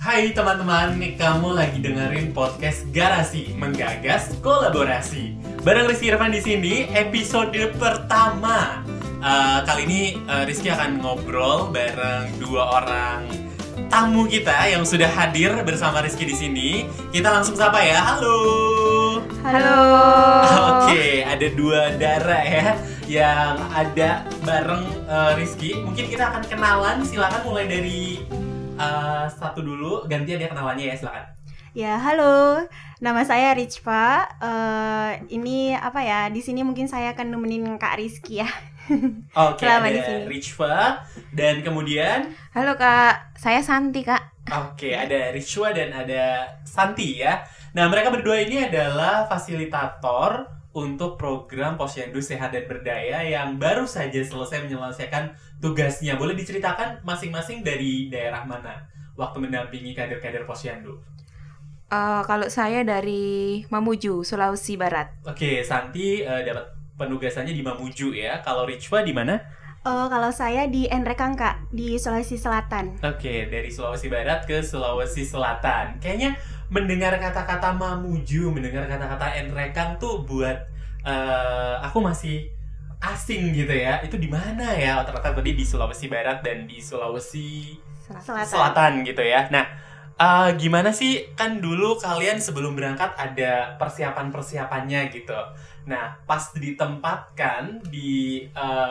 Hai teman-teman, kamu lagi dengerin podcast Garasi Menggagas Kolaborasi. Bareng Rizky Irfan di sini, episode pertama. Kali ini Rizky akan ngobrol bareng dua orang tamu kita yang sudah hadir bersama Rizky di sini. Kita langsung sapa ya. Halo. Halo. Oke, ada dua Dara ya yang ada bareng Rizky. Mungkin kita akan kenalan. Silakan mulai dari satu dulu, gantian dia kenalannya ya, silakan. Ya, halo. Nama saya Richva. Ini apa ya? Di sini mungkin saya akan nemenin Kak Rizky ya. Oke, Selama ada di sini. Richva dan kemudian Halo Kak, saya Santi Kak. oke, ada Richwa dan ada Santi ya. Nah, mereka berdua ini adalah fasilitator untuk program Posyandu Sehat dan Berdaya yang baru saja selesai menyelesaikan tugasnya. Boleh diceritakan masing-masing dari daerah mana waktu mendampingi kader-kader Posyandu? Kalau saya dari Mamuju, Sulawesi Barat. Oke, Santi dapat penugasannya di Mamuju ya. Kalau Richwa di mana? Kalau saya di Nrekang Kak, di Sulawesi Selatan. Oke, dari Sulawesi Barat ke Sulawesi Selatan. Kayaknya mendengar kata-kata Mamuju, mendengar kata-kata Nrekang tuh buat aku masih asing gitu ya. Itu di mana ya? Ternyata tadi di Sulawesi Barat dan di Sulawesi Selatan gitu ya. Nah, gimana sih? Kan dulu kalian sebelum berangkat ada persiapan-persiapannya gitu. Nah, pas ditempatkan di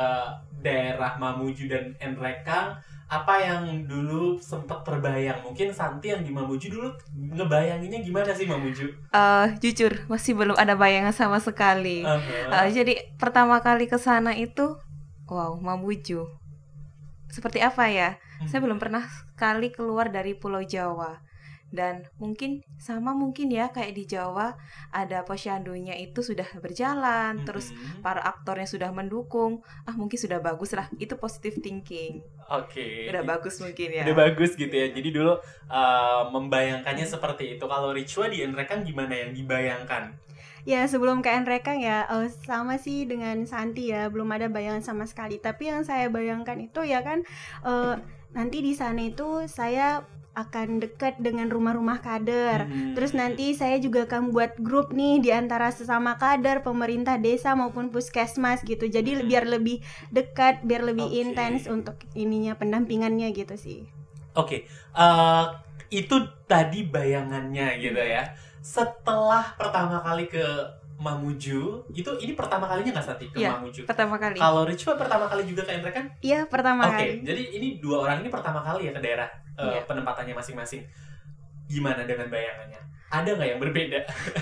daerah Mamuju dan Nrekang, apa yang dulu sempat terbayang? Mungkin Santi yang di Mamuju dulu ngebayanginnya gimana sih Mamuju? Jujur, masih belum ada bayangan sama sekali. Jadi pertama kali ke sana itu, wow, Mamuju. Seperti apa ya? Saya belum pernah sekali keluar dari Pulau Jawa. Dan mungkin ya kayak di Jawa, ada posyandunya itu sudah berjalan, terus para aktornya sudah mendukung. Mungkin sudah bagus lah, itu positive thinking. Oke. Udah bagus mungkin ya. Udah bagus gitu ya. Jadi dulu membayangkannya seperti itu. Kalau Richwa di Nrekang gimana yang dibayangkan? Ya, sebelum ke Nrekang ya, sama sih dengan Santi ya, belum ada bayangan sama sekali. Tapi yang saya bayangkan itu ya kan, nanti di sana itu saya akan dekat dengan rumah-rumah kader. Terus nanti saya juga akan buat grup nih di antara sesama kader, pemerintah desa maupun puskesmas gitu. Jadi biar lebih dekat, biar lebih intens untuk ininya pendampingannya gitu sih. Oke, itu tadi bayangannya gitu ya. Setelah pertama kali ke Mamuju, ini pertama kalinya nggak Santi ke Mamuju? Pertama kali. Kalau Richwa pertama kali juga ke Nrekang? Iya, pertama kali. Oke, jadi ini dua orang ini pertama kali ya ke daerah penempatannya masing-masing. Gimana dengan bayangannya? Ada nggak yang berbeda?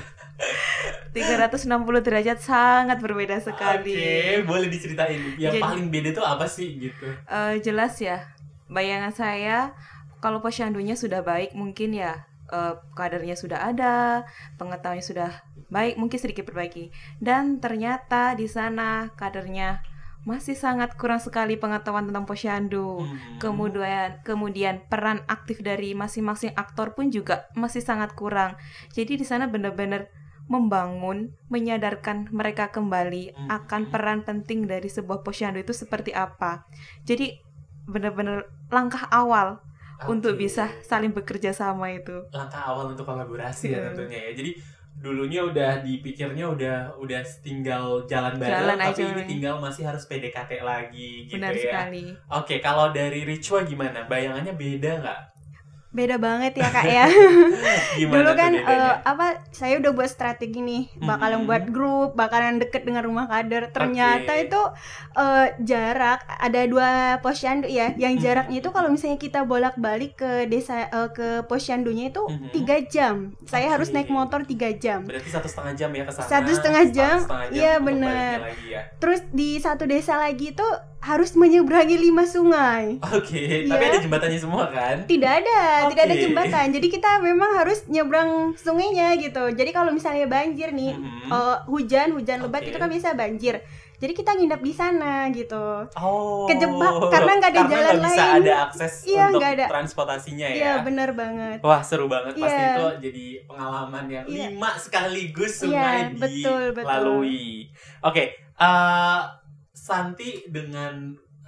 360 derajat sangat berbeda sekali. Oke, boleh diceritain yang paling beda tuh apa sih gitu? Jelas ya, bayangan saya kalau posyandunya sudah baik mungkin ya, kadernya sudah ada, pengetahuannya sudah baik, mungkin sedikit perbaiki. Dan ternyata di sana kadernya masih sangat kurang sekali pengetahuan tentang posyandu. Kemudian peran aktif dari masing-masing aktor pun juga masih sangat kurang. Jadi di sana benar-benar membangun, menyadarkan mereka kembali akan peran penting dari sebuah posyandu itu seperti apa. Jadi benar-benar langkah awal untuk bisa saling bekerja sama itu. Langkah awal untuk kolaborasi ya tentunya ya. Jadi dulunya udah dipikirnya udah tinggal jalan bareng, tapi ini tinggal masih harus PDKT lagi gitu. Benar ya. sekali. Oke, kalau dari Richwa gimana? Bayangannya beda nggak? Beda banget ya Kak ya. Dulu kan saya udah buat strategi nih, bakalan buat grup, bakalan deket dengan rumah kader. Ternyata itu jarak, ada 2 posyandu ya. Yang jaraknya itu kalau misalnya kita bolak-balik ke desa, ke posyandunya itu 3 jam. Saya harus naik motor 3 jam. Berarti 1,5 jam ya ke sana. 1,5 jam. Iya benar. Ya. Terus di satu desa lagi itu harus menyeberangi 5 sungai. Oke, tapi ada jembatannya semua kan? Tidak ada jembatan. Jadi kita memang harus nyebrang sungainya gitu. Jadi kalau misalnya banjir nih, hujan lebat itu kan bisa banjir. Jadi kita nginep di sana gitu. Kejebak karena nggak ada jalan lain. Bisa ada akses untuk transportasinya ya. Iya, benar banget. Wah, seru banget pasti itu jadi pengalaman yang 5 sekaligus sungai dilalui. Oke, Santi dengan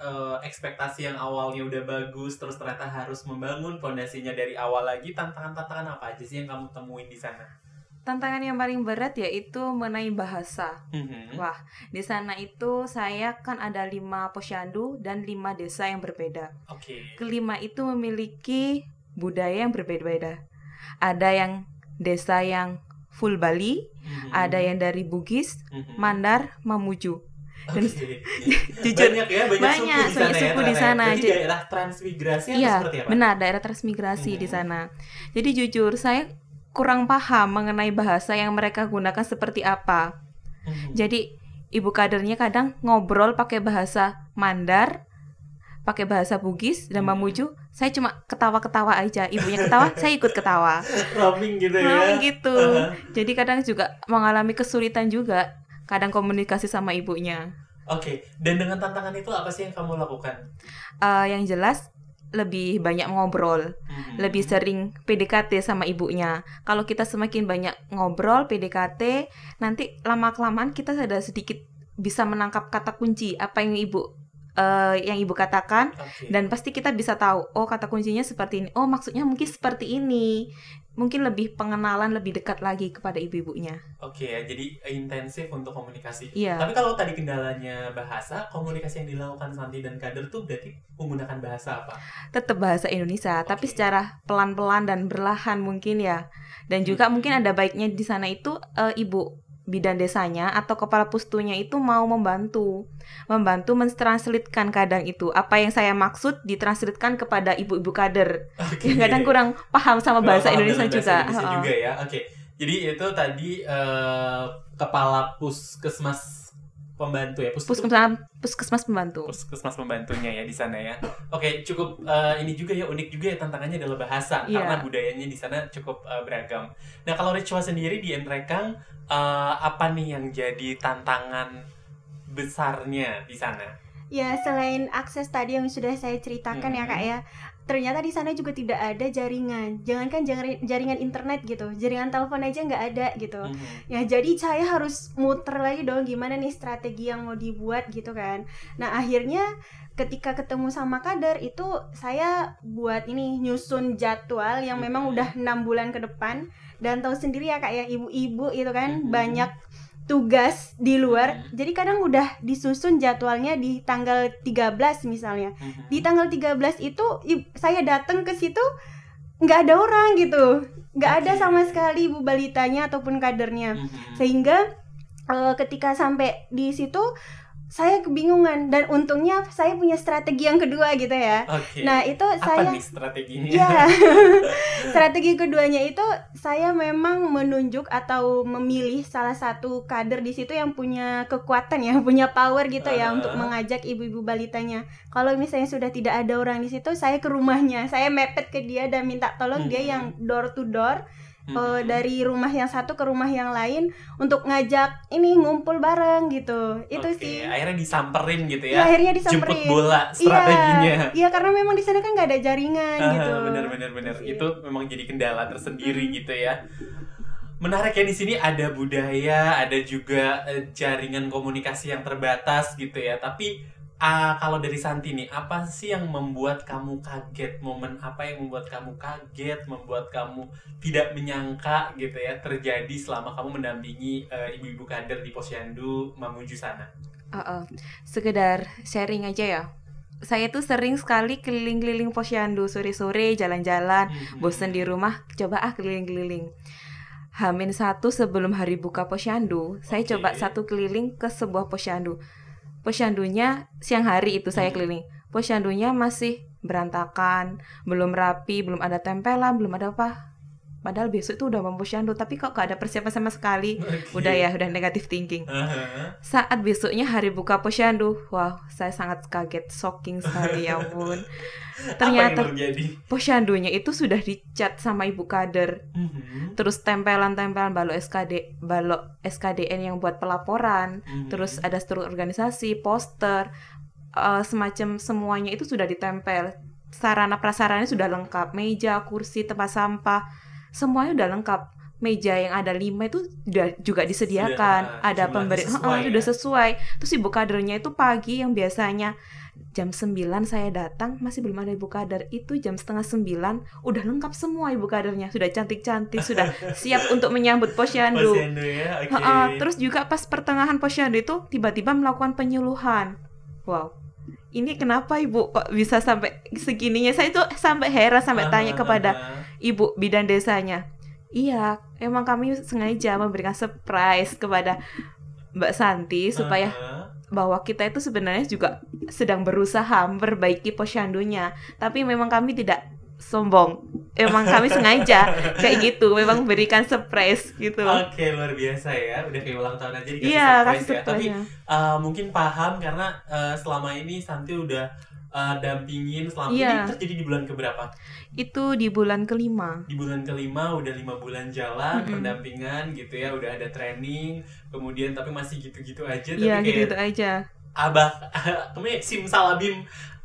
ekspektasi yang awalnya udah bagus terus ternyata harus membangun fondasinya dari awal lagi, tantangan-tantangan apa aja sih yang kamu temuin di sana? Tantangan yang paling berat yaitu mengenai bahasa. Wah, di sana itu saya kan ada 5 posyandu dan 5 desa yang berbeda. Oke. Kelima itu memiliki budaya yang berbeda-beda. Ada yang desa yang full Bali, ada yang dari Bugis, Mandar, Mamuju. Dan jujur banyak suku di sana. Jadi daerah transmigrasi atau iya, seperti apa? Benar, daerah transmigrasi di sana. Jadi jujur saya kurang paham mengenai bahasa yang mereka gunakan seperti apa. Jadi ibu kadernya kadang ngobrol pakai bahasa Mandar, pakai bahasa Bugis dan Mamuju. Saya cuma ketawa-ketawa aja. Ibunya ketawa, saya ikut ketawa. Roaming gitu ya. Roaming gitu. Jadi kadang juga mengalami kesulitan juga kadang komunikasi sama ibunya. Oke. Dan dengan tantangan itu apa sih yang kamu lakukan? Yang jelas lebih banyak ngobrol, lebih sering PDKT sama ibunya. Kalau kita semakin banyak ngobrol, PDKT, nanti lama-kelamaan kita sudah sedikit bisa menangkap kata kunci apa yang ibu katakan, dan pasti kita bisa tahu, oh kata kuncinya seperti ini, oh maksudnya mungkin seperti ini. Mungkin lebih pengenalan, lebih dekat lagi kepada ibu-ibunya. Oke ya, jadi intensif untuk komunikasi. Iya. Tapi kalau tadi kendalanya bahasa, komunikasi yang dilakukan Santi dan kader tuh berarti menggunakan bahasa apa? Tetap bahasa Indonesia, tapi secara pelan-pelan dan berlahan mungkin ya. Dan juga mungkin ada baiknya di sana itu ibu bidan desanya atau kepala pustunya itu mau membantu mentranslitkan kadang itu apa yang saya maksud ditranslitkan kepada ibu-ibu kader. Yang kadang kurang paham sama bahasa Indonesia juga. Juga ya. Oke. Jadi itu tadi kepala puskesmas pembantu ya, puskesmas pembantu. Puskesmas pembantunya ya di sana ya. Oke, cukup ini juga ya, unik juga ya, tantangannya adalah bahasa karena budayanya di sana cukup beragam. Nah, kalau Rechwa sendiri di Nrekang apa nih yang jadi tantangan besarnya di sana? Ya, selain akses tadi yang sudah saya ceritakan ya Kak ya, ternyata di sana juga tidak ada jaringan. Jangankan jaringan internet gitu, jaringan telepon aja nggak ada gitu. Ya, jadi saya harus muter lagi dong, gimana nih strategi yang mau dibuat gitu kan. Nah, akhirnya ketika ketemu sama kader itu saya buat ini, nyusun jadwal yang memang udah 6 bulan ke depan. Dan tahu sendiri ya Kak ya, ibu-ibu itu kan banyak tugas di luar. Jadi kadang udah disusun jadwalnya di tanggal 13 misalnya. Di tanggal 13 itu saya datang ke situ nggak ada orang gitu. Nggak ada sama sekali ibu balitanya ataupun kadernya. Sehingga ketika sampai di situ saya kebingungan, dan untungnya saya punya strategi yang kedua gitu ya. Nah, itu apa nih strateginya? Ya, strategi keduanya itu saya memang menunjuk atau memilih salah satu kader di situ yang punya kekuatan ya, punya power gitu ya untuk mengajak ibu-ibu balitanya. Kalau misalnya sudah tidak ada orang di situ, saya ke rumahnya, saya mepet ke dia dan minta tolong dia yang door to door. Dari rumah yang satu ke rumah yang lain untuk ngajak ini ngumpul bareng gitu. Itu sih. Akhirnya disamperin gitu ya. Akhirnya disamperin. Jemput bola strateginya. Iya, karena memang di sana kan nggak ada jaringan gitu. Benar. Itu memang jadi kendala tersendiri gitu ya. Menarik ya, di sini ada budaya, ada juga jaringan komunikasi yang terbatas gitu ya. Tapi kalau dari Santi nih, apa sih yang membuat kamu kaget? Momen apa yang membuat kamu kaget, membuat kamu tidak menyangka gitu ya terjadi selama kamu mendampingi ibu-ibu kader di Posyandu Mamuju sana? Sekedar sharing aja ya. Saya tuh sering sekali keliling-keliling Posyandu, sore-sore jalan-jalan, bosen di rumah, coba keliling-keliling. H-1 sebelum hari buka Posyandu, saya coba satu keliling ke sebuah Posyandu. Posyandunya siang hari itu saya keliling. Posyandunya masih berantakan, belum rapi, belum ada tempelan, belum ada apa. Padahal besok itu udah mau Posyandu, tapi kok gak ada persiapan sama sekali. Udah negative thinking. Saat besoknya hari buka Posyandu, wow, saya sangat kaget, shocking sekali, ya ampun. Ternyata Posyandunya itu sudah dicat sama ibu kader. Terus tempelan-tempelan balok SKDN yang buat pelaporan. Terus ada struktur organisasi, poster, semacam semuanya itu sudah ditempel. Sarana prasarannya sudah lengkap, meja, kursi, tempat sampah, semuanya udah lengkap. meja yang ada 5 itu juga disediakan, ada pemberi, sudah sesuai. Terus ibu kadernya itu pagi, yang biasanya jam 9 saya datang masih belum ada ibu kader, itu jam setengah 9 udah lengkap semua ibu kadernya, sudah cantik-cantik, sudah siap untuk menyambut posyandu. Ya? Okay. Terus juga pas pertengahan posyandu itu tiba-tiba melakukan penyuluhan. Wow, ini kenapa ibu kok bisa sampai segininya? Saya itu sampai heran, sampai tanya kepada ibu bidan desanya. Iya, emang kami sengaja memberikan surprise kepada Mbak Santi supaya bahwa kita itu sebenarnya juga sedang berusaha memperbaiki posyandunya, tapi memang kami tidak sombong. Emang kami sengaja kayak gitu, memang berikan surprise gitu. Oke, luar biasa ya. Udah kayak ulang tahun aja dikasih surprise ya. Tapi mungkin paham karena selama ini Santi udah dampingin selama ini terjadi di bulan keberapa? Itu di bulan kelima. Di bulan kelima udah 5 bulan jalan pendampingan gitu ya, udah ada training, kemudian tapi masih gitu-gitu aja. Iya, gitu-gitu aja. Simsalabim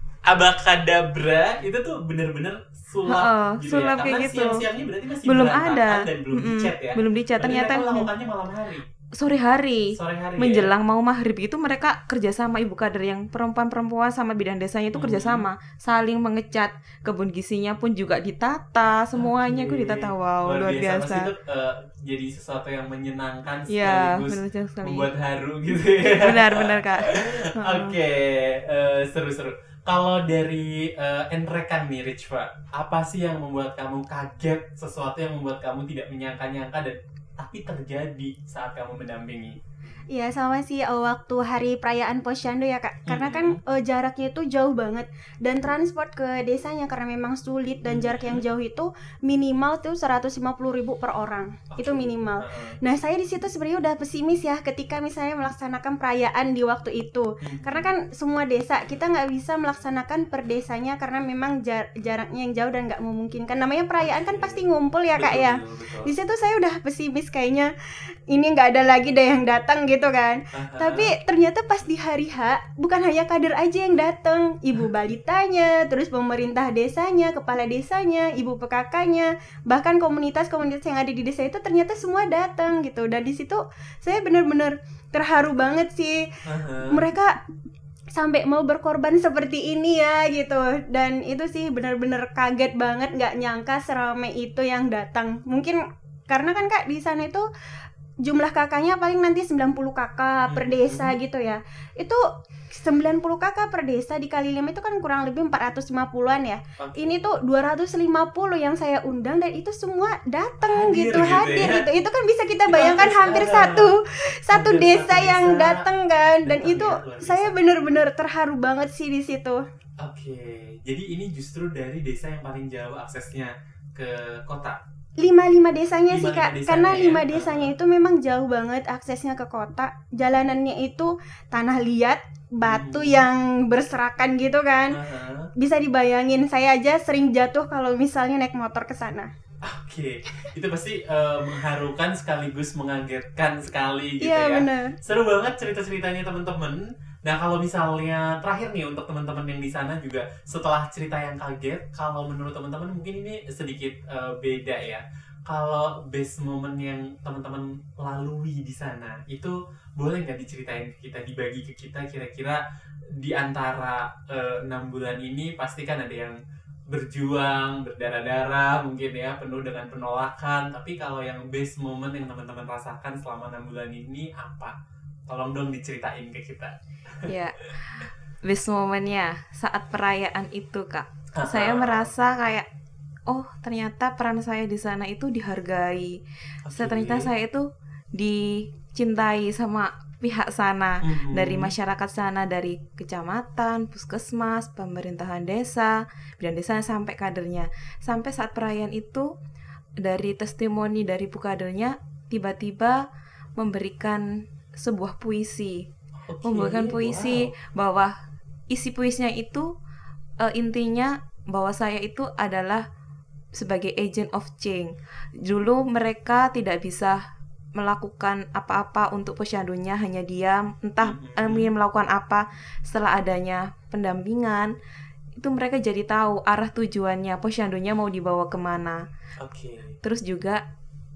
abakadabra itu tuh bener-bener sulap gitu sulap ya. kayak Karena gitu. siang-siangnya berarti masih belum berantakan ada dan belum dicat ya. Belum dicat. Ternyata melakukannya malam hari. Sore hari menjelang ya? Mau maghrib itu mereka kerjasama, ibu kader yang perempuan sama bidan desanya itu kerjasama, saling mengecat, kebun gizinya pun juga ditata, semuanya itu ditata. Wow, luar biasa. Itu jadi sesuatu yang menyenangkan sekaligus membuat haru gitu ya. Benar Kak. Oke, seru-seru. Kalau dari Enrekan nih Richva, apa sih yang membuat kamu kaget, sesuatu yang membuat kamu tidak menyangka-nyangka dan tapi terjadi saat kamu mendampingi? Iya, sama sih waktu hari perayaan posyandu ya Kak. Karena kan jaraknya itu jauh banget, dan transport ke desanya karena memang sulit, dan jarak yang jauh itu minimal tuh 150.000 per orang. Itu minimal. Nah, saya di situ sebenarnya udah pesimis ya ketika misalnya melaksanakan perayaan di waktu itu. Karena kan semua desa kita nggak bisa melaksanakan per desanya karena memang jaraknya yang jauh dan nggak memungkinkan. Namanya perayaan kan pasti ngumpul ya Kak ya. Di situ saya udah pesimis, kayaknya ini nggak ada lagi deh yang datang gitu kan. Tapi ternyata pas di hari H bukan hanya kader aja yang datang, ibu balitanya, terus pemerintah desanya, kepala desanya, ibu PKK-nya, bahkan komunitas-komunitas yang ada di desa itu ternyata semua datang gitu. Dan di situ saya benar-benar terharu banget sih. Mereka sampai mau berkorban seperti ini ya gitu. Dan itu sih benar-benar kaget banget, nggak nyangka seramai itu yang datang. Mungkin karena kan Kak di sana itu jumlah kakaknya paling nanti 90 kakak per desa gitu ya. Itu 90 kakak per desa dikali 5 itu kan kurang lebih 450-an ya. Ini tuh 250 yang saya undang dan itu semua datang hadir gitu. Itu kan bisa kita bayangkan hampir satu desa yang datang kan. Dan itu saya benar-benar terharu banget sih di situ. Oke. Jadi ini justru dari desa yang paling jauh aksesnya ke kota. 5 desanya sih Kak, karena 5 desanya itu memang jauh banget aksesnya ke kota. Jalanannya itu tanah liat, batu yang berserakan gitu kan. Bisa dibayangin, saya aja sering jatuh kalau misalnya naik motor ke sana. Oke, itu pasti mengharukan sekaligus mengagetkan sekali gitu ya. Iya benar. Seru banget cerita-ceritanya teman-teman. Nah, kalau misalnya terakhir nih untuk teman-teman yang di sana juga setelah cerita yang kaget, kalau menurut teman-teman mungkin ini sedikit beda ya. Kalau best moment yang teman-teman lalui di sana itu boleh nggak diceritain ke kita, dibagi ke kita, kira-kira di antara 6 bulan ini pasti kan ada yang berjuang, berdarah-darah mungkin ya, penuh dengan penolakan. Tapi kalau yang best moment yang teman-teman rasakan selama 6 bulan ini apa? Tolong dong diceritain ke kita. Ya, best momennya saat perayaan itu Kak. Saya merasa kayak, oh ternyata peran saya di sana itu dihargai. Ternyata saya itu dicintai sama pihak sana, dari masyarakat sana, dari kecamatan, puskesmas, pemerintahan desa, bidan desa sampai kadernya. Sampai saat perayaan itu, dari testimoni dari kadernya tiba-tiba memberikan sebuah puisi. Membuatkan puisi bahwa isi puisinya itu intinya bahwa saya itu adalah sebagai agent of change. Dulu mereka tidak bisa melakukan apa-apa untuk posyandunya, hanya diam, entah ingin melakukan apa. Setelah adanya pendampingan, itu mereka jadi tahu arah tujuannya posyandunya mau dibawa kemana. Terus juga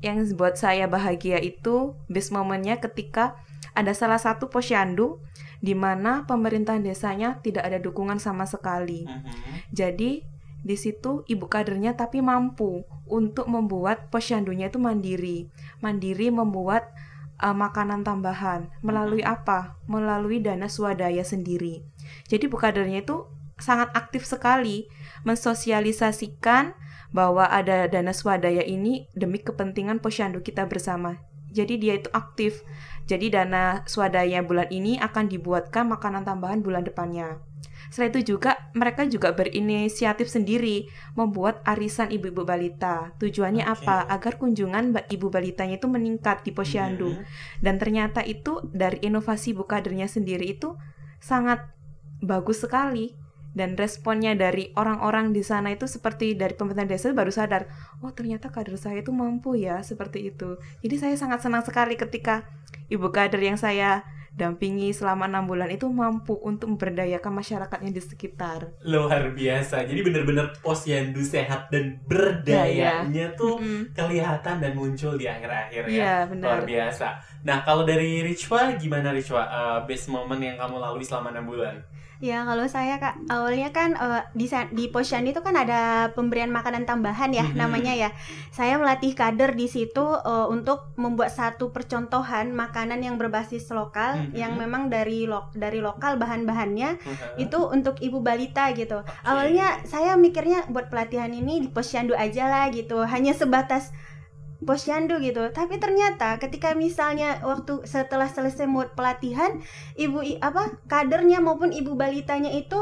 yang buat saya bahagia itu best momennya ketika ada salah satu posyandu di mana pemerintahan desanya tidak ada dukungan sama sekali. Jadi di situ ibu kadernya tapi mampu untuk membuat posyandunya itu mandiri membuat makanan tambahan. Melalui apa? Melalui dana swadaya sendiri. Jadi ibu kadernya itu sangat aktif sekali mensosialisasikan bahwa ada dana swadaya ini demi kepentingan posyandu kita bersama. Jadi dia itu aktif. Jadi dana swadaya bulan ini akan dibuatkan makanan tambahan bulan depannya. Selain itu juga mereka juga berinisiatif sendiri membuat arisan ibu-ibu balita. Tujuannya apa? Agar kunjungan ibu balitanya itu meningkat di posyandu. Dan ternyata itu dari inovasi ibu kadernya sendiri itu sangat bagus sekali. Dan responnya dari orang-orang di sana itu seperti dari pemerintah desa baru sadar, oh ternyata kader saya itu mampu ya, seperti itu. Jadi saya sangat senang sekali ketika ibu kader yang saya dampingi selama 6 bulan itu mampu untuk memberdayakan masyarakatnya di sekitar. Luar biasa. Jadi benar-benar posyandu sehat dan berdayanya tuh kelihatan dan muncul di akhir-akhir ya. Iya, benar. Luar biasa. Nah, kalau dari Richwa gimana Richwa? Best moment yang kamu lalui selama 6 bulan? Ya, kalau saya Kak, awalnya kan di posyandu itu kan ada pemberian makanan tambahan ya, namanya ya. Saya melatih kader di situ untuk membuat satu percontohan makanan yang berbasis lokal, yang memang dari lokal bahan-bahannya itu untuk ibu balita gitu. Awalnya saya mikirnya buat pelatihan ini di posyandu aja lah gitu, hanya sebatas posyandu gitu. Tapi ternyata ketika misalnya waktu setelah selesai buat pelatihan, kadernya maupun ibu balitanya itu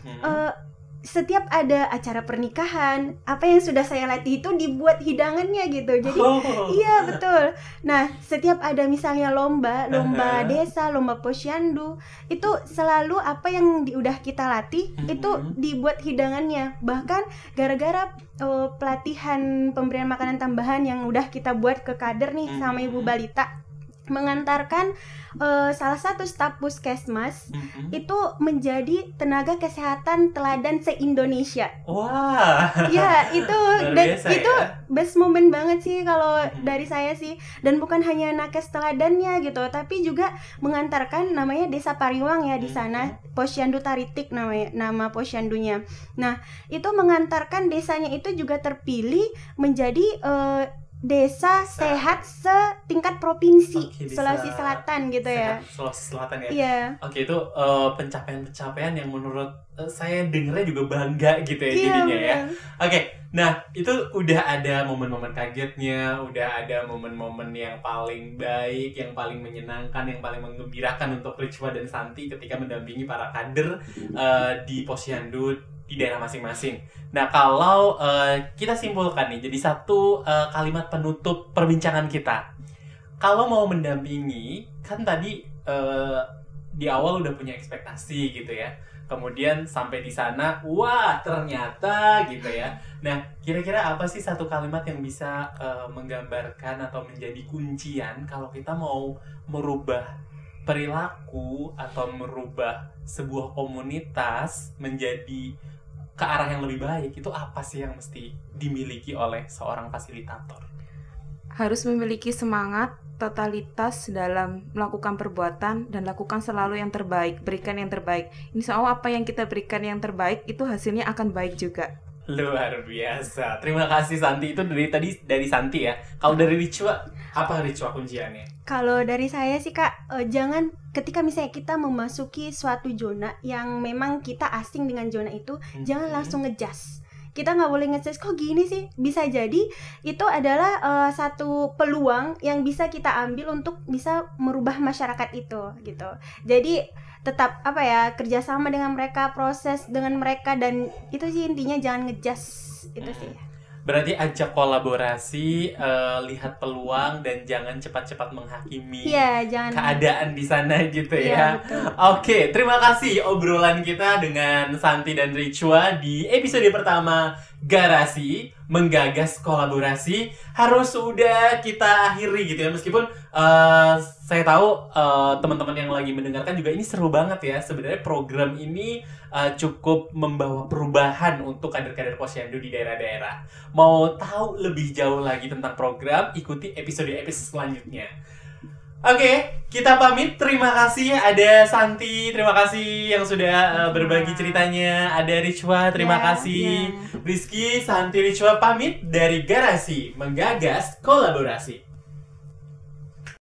setiap ada acara pernikahan, apa yang sudah saya latih itu dibuat hidangannya gitu. Jadi iya betul. Nah, setiap ada misalnya lomba desa, lomba posyandu, itu selalu apa yang udah kita latih itu dibuat hidangannya. Bahkan gara-gara pelatihan pemberian makanan tambahan yang udah kita buat ke kader nih sama ibu balita, mengantarkan salah satu staf puskesmas itu menjadi tenaga kesehatan teladan se-Indonesia. Wah. Ya, itu best moment banget sih kalau dari saya sih. Dan bukan hanya nakes teladannya gitu, tapi juga mengantarkan namanya Desa Pariwang ya di sana, Posyandu Taritik nama posyandunya. Nah, itu mengantarkan desanya itu juga terpilih menjadi desa sehat setingkat provinsi Sulawesi Selatan gitu ya. Sulawesi Selatan ya. Iya. Oke, itu pencapaian-pencapaian yang menurut saya dengernya juga bangga gitu ya jadinya ya. Oke, nah itu udah ada momen-momen kagetnya, udah ada momen-momen yang paling baik, yang paling menyenangkan, yang paling menggembirakan untuk Richwa dan Santi ketika mendampingi para kader di posyandu di daerah masing-masing. Nah, kalau kita simpulkan nih jadi satu kalimat penutup perbincangan kita. Kalau mau mendampingi, kan tadi di awal udah punya ekspektasi gitu ya. Kemudian sampai di sana, wah ternyata gitu ya. Nah, kira-kira apa sih satu kalimat yang bisa menggambarkan atau menjadi kuncian kalau kita mau merubah perilaku atau merubah sebuah komunitas menjadi ke arah yang lebih baik? Itu apa sih yang mesti dimiliki oleh seorang fasilitator? Harus memiliki semangat, totalitas dalam melakukan perbuatan dan lakukan selalu yang terbaik, berikan yang terbaik. Insya Allah apa yang kita berikan yang terbaik itu hasilnya akan baik juga. Luar biasa. Terima kasih Santi. Itu dari Santi ya. Kalau dari Richwa, apa Richwa kunciannya? Kalau dari saya sih Kak, jangan ketika misalnya kita memasuki suatu zona yang memang kita asing dengan zona itu, jangan langsung ngejudge. Kita nggak boleh ngejudge, kok gini sih? Bisa jadi itu adalah satu peluang yang bisa kita ambil untuk bisa merubah masyarakat itu gitu. Jadi tetap kerjasama dengan mereka, proses dengan mereka, dan itu sih intinya, jangan ngejudge itu sih. Berarti ajak kolaborasi, lihat peluang, dan jangan cepat-cepat menghakimi keadaan di sana gitu ya. Oke, terima kasih obrolan kita dengan Santi dan Richwa di episode pertama Garasi menggagas kolaborasi harus sudah kita akhiri gitu ya. Meskipun saya tahu teman-teman yang lagi mendengarkan juga ini seru banget ya. Sebenarnya program ini cukup membawa perubahan untuk kader-kader Posyandu di daerah-daerah. Mau tahu lebih jauh lagi tentang program, ikuti episode-episode selanjutnya. Oke, kita pamit. Terima kasih ada Santi, terima kasih yang sudah berbagi ceritanya. Ada Richwa, terima kasih. Rizky, Santi, Richwa pamit dari Garasi menggagas kolaborasi.